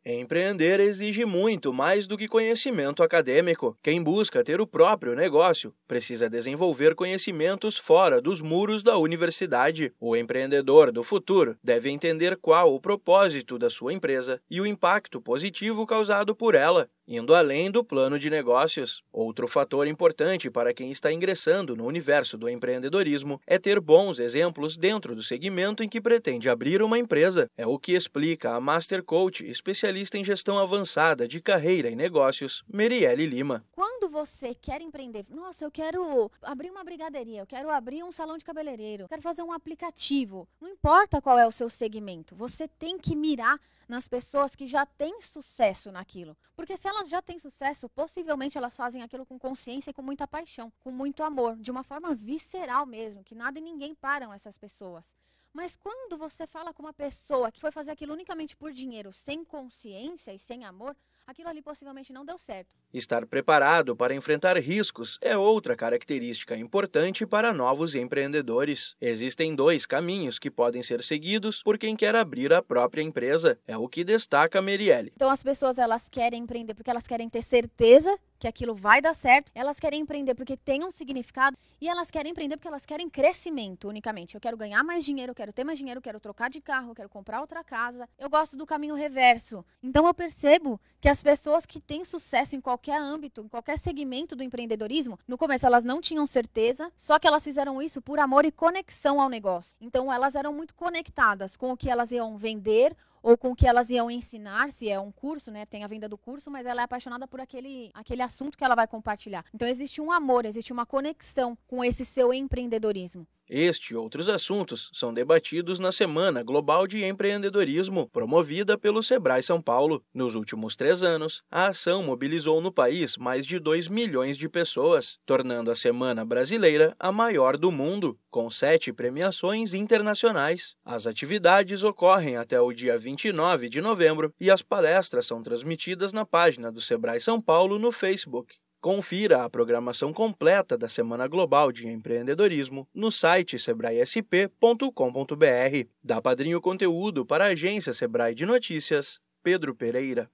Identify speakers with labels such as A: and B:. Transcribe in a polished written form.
A: Empreender exige muito mais do que conhecimento acadêmico. Quem busca ter o próprio negócio precisa desenvolver conhecimentos fora dos muros da universidade. O empreendedor do futuro deve entender qual o propósito da sua empresa e o impacto positivo causado por ela, indo além do plano de negócios. Outro fator importante para quem está ingressando no universo do empreendedorismo é ter bons exemplos dentro do segmento em que pretende abrir uma empresa. É o que explica a Master Coach, especialista em gestão avançada de carreira e negócios, Merielle Lima.
B: Quando você quer empreender, nossa, eu quero abrir uma brigadeiria, eu quero abrir um salão de cabeleireiro, eu quero fazer um aplicativo. Não importa qual é o seu segmento, você tem que mirar nas pessoas que já têm sucesso naquilo. Porque se elas já têm sucesso, possivelmente elas fazem aquilo com consciência e com muita paixão, com muito amor, de uma forma visceral mesmo, que nada e ninguém param essas pessoas. Mas quando você fala com uma pessoa que foi fazer aquilo unicamente por dinheiro, sem consciência e sem amor, aquilo ali possivelmente não deu certo.
A: Estar preparado para enfrentar riscos é outra característica importante para novos empreendedores. Existem dois caminhos que podem ser seguidos por quem quer abrir a própria empresa. É o que destaca Merielle.
B: Então as pessoas elas querem empreender porque elas querem ter certeza que aquilo vai dar certo, elas querem empreender porque tem um significado e elas querem empreender porque elas querem crescimento unicamente. Eu quero ganhar mais dinheiro, eu quero ter mais dinheiro, eu quero trocar de carro, eu quero comprar outra casa. Eu gosto do caminho reverso. Então eu percebo que as pessoas que têm sucesso em qualquer âmbito, em qualquer segmento do empreendedorismo, no começo elas não tinham certeza, só que elas fizeram isso por amor e conexão ao negócio. Então elas eram muito conectadas com o que elas iam vender ou com o que elas iam ensinar, se é um curso, né, tem a venda do curso, mas ela é apaixonada por aquele assunto que ela vai compartilhar. Então existe um amor, existe uma conexão com esse seu empreendedorismo.
A: Este e outros assuntos são debatidos na Semana Global de Empreendedorismo, promovida pelo Sebrae São Paulo. Nos últimos 3 anos, a ação mobilizou no país mais de 2 milhões de pessoas, tornando a Semana Brasileira a maior do mundo, com 7 premiações internacionais. As atividades ocorrem até o dia 29 de novembro e as palestras são transmitidas na página do Sebrae São Paulo no Facebook. Confira a programação completa da Semana Global de Empreendedorismo no site sebraesp.com.br. Da Padrinho Conteúdo para a agência Sebrae de Notícias, Pedro Pereira.